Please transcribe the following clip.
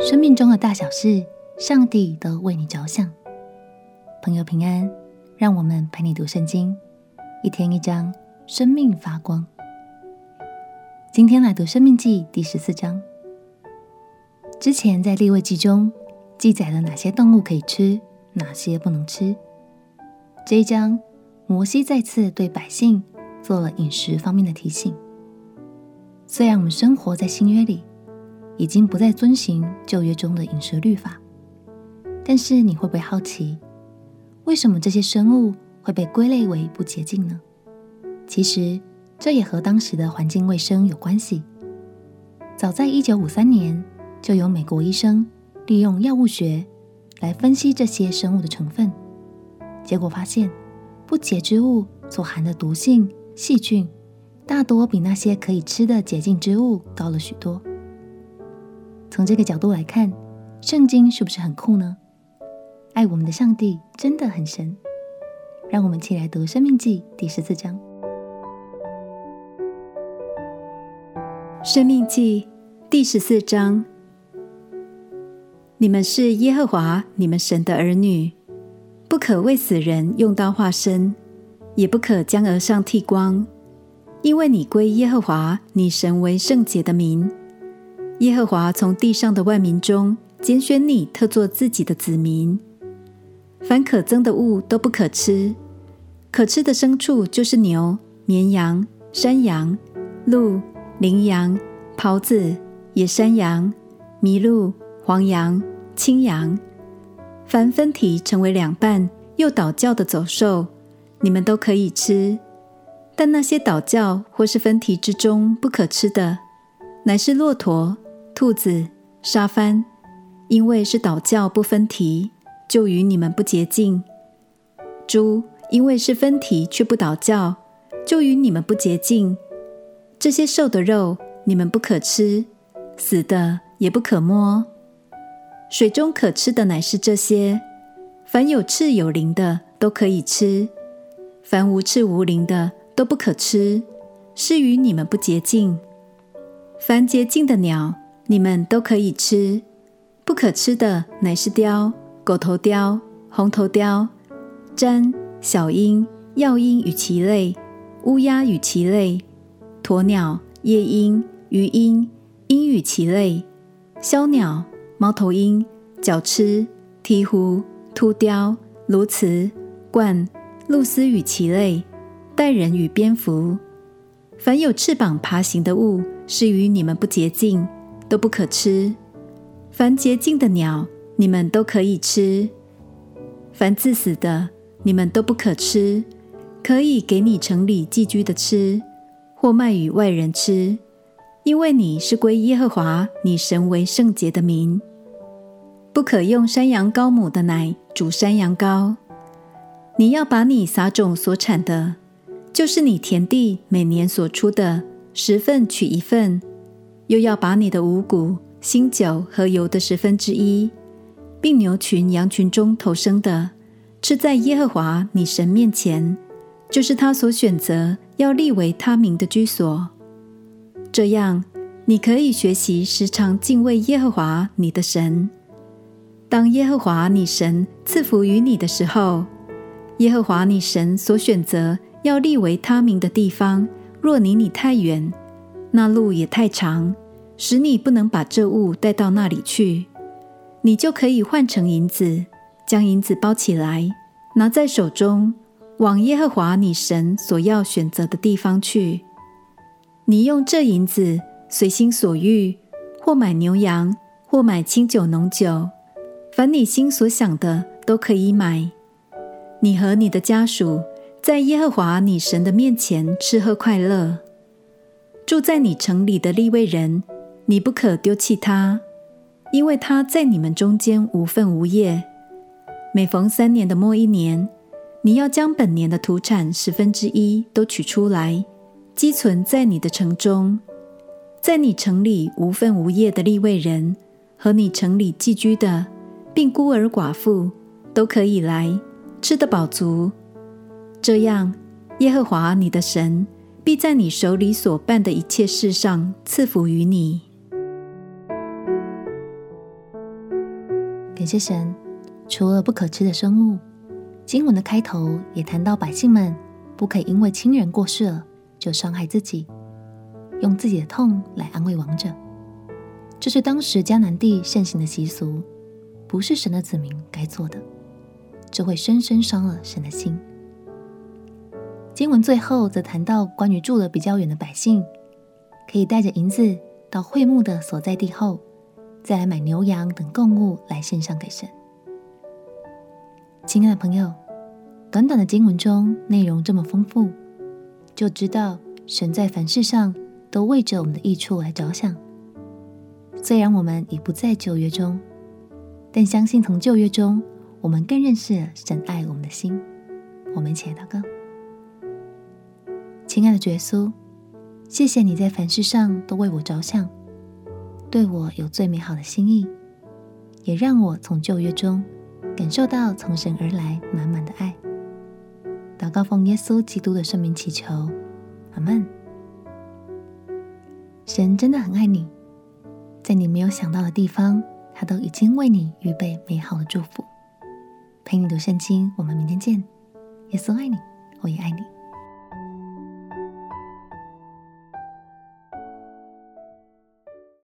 生命中的大小事，上帝都为你着想。朋友平安，让我们陪你读圣经，一天一章，生命发光。今天来读申命记第14章。之前在利未记中记载了哪些动物可以吃，哪些不能吃。这一章，摩西再次对百姓做了饮食方面的提醒。虽然我们生活在新约里，已经不再遵行旧约中的饮食律法，但是你会不会好奇，为什么这些生物会被归类为不洁净呢？其实这也和当时的环境卫生有关系。早在1953年，就有美国医生利用药物学来分析这些生物的成分，结果发现不洁之物所含的毒性细菌大多比那些可以吃的洁净之物高了许多。从这个角度来看，圣经是不是很酷呢？爱我们的上帝真的很神。让我们一起来读申命记第14章。 申命记第14章。你们是耶和华你们神的儿女，不可为死人用刀划身，也不可将额上剃光，因为你归耶和华你神为圣洁的民。耶和华从地上的万民中拣选你，特作自己的子民。凡可憎的物都不可吃，可吃的牲畜就是牛、绵羊、山羊、鹿、羚羊、狍子、野山羊、麋鹿、黄羊、青羊。凡分蹄成为两半又倒教的走兽，你们都可以吃，但那些倒教或是分蹄之中不可吃的，乃是骆驼、兔子、沙番，因为是倒教不分蹄，就与你们不洁净。猪，因为是分蹄却不倒教，就与你们不洁净。这些兽的肉你们不可吃，死的也不可摸。水中可吃的乃是这些，凡有翅有鳞的都可以吃，凡无翅无鳞的都不可吃，是与你们不洁净。凡洁净的鸟你们都可以吃，不可吃的乃是雕、狗头雕、红头雕、瞻、小鹰、药鹰与其类、乌鸦与其类、鸵鸟、夜鹰、鱼鹰、鹰与其类、枭鸟、猫头鹰、角鸱、鹈鹕、秃雕、鸬鹚、鹳、鹭鸶与其类、带人与蝙蝠。凡有翅膀爬行的物，是与你们不洁净，都不可吃。凡洁净的鸟你们都可以吃，凡自死的你们都不可吃，可以给你城里寄居的吃，或卖与外人吃，因为你是归耶和华你神为圣洁的民。不可用山羊羔母的奶煮山羊羔，你要把你撒种所产的，就是你田地每年所出的10份取1份，又要把你的五谷、新酒和油的1/10，并牛群羊群中头生的，吃在耶和华你神面前，就是他所选择要立为他名的居所。这样，你可以学习时常敬畏耶和华你的神。当耶和华你神赐福于你的时候，耶和华你神所选择要立为他名的地方，若离你太远，那路也太长，使你不能把这物带到那里去，你就可以换成银子，将银子包起来，拿在手中，往耶和华你神所要选择的地方去。你用这银子随心所欲，或买牛羊，或买清酒浓酒，凡你心所想的都可以买。你和你的家属在耶和华你神的面前吃喝快乐。住在你城里的利未人，你不可丢弃他，因为他在你们中间无分无业。每逢3年的末1年，你要将本年的土产1/10都取出来，积存在你的城中。在你城里无分无业的利未人和你城里寄居的，并孤儿寡妇，都可以来，吃得饱足。这样，耶和华你的神必在你手里所办的一切事上赐福于你。 感谢神，除了不可吃的生物，经文的开头也谈到百姓们不可以因为亲人过世了就伤害自己，用自己的痛来安慰亡者。这是当时迦南地盛行的习俗，不是神的子民该做的，这会深深伤了神的心。经文最后则谈到关于住得比较远的百姓，可以带着银子到会幕的所在地后，再来买牛羊等供物来献上给神。亲爱的朋友，短短的经文中内容这么丰富，就知道神在凡事上都为着我们的益处来着想。虽然我们已不在旧约中，但相信从旧约中我们更认识了神爱我们的心。我们一起来祷告。亲爱的主耶稣，谢谢你在凡事上都为我着想，对我有最美好的心意，也让我从旧约中感受到从神而来满满的爱。祷告奉耶稣基督的圣名祈求，阿们。神真的很爱你，在你没有想到的地方，他都已经为你预备美好的祝福。陪你读圣经，我们明天见。耶稣爱你，我也爱你。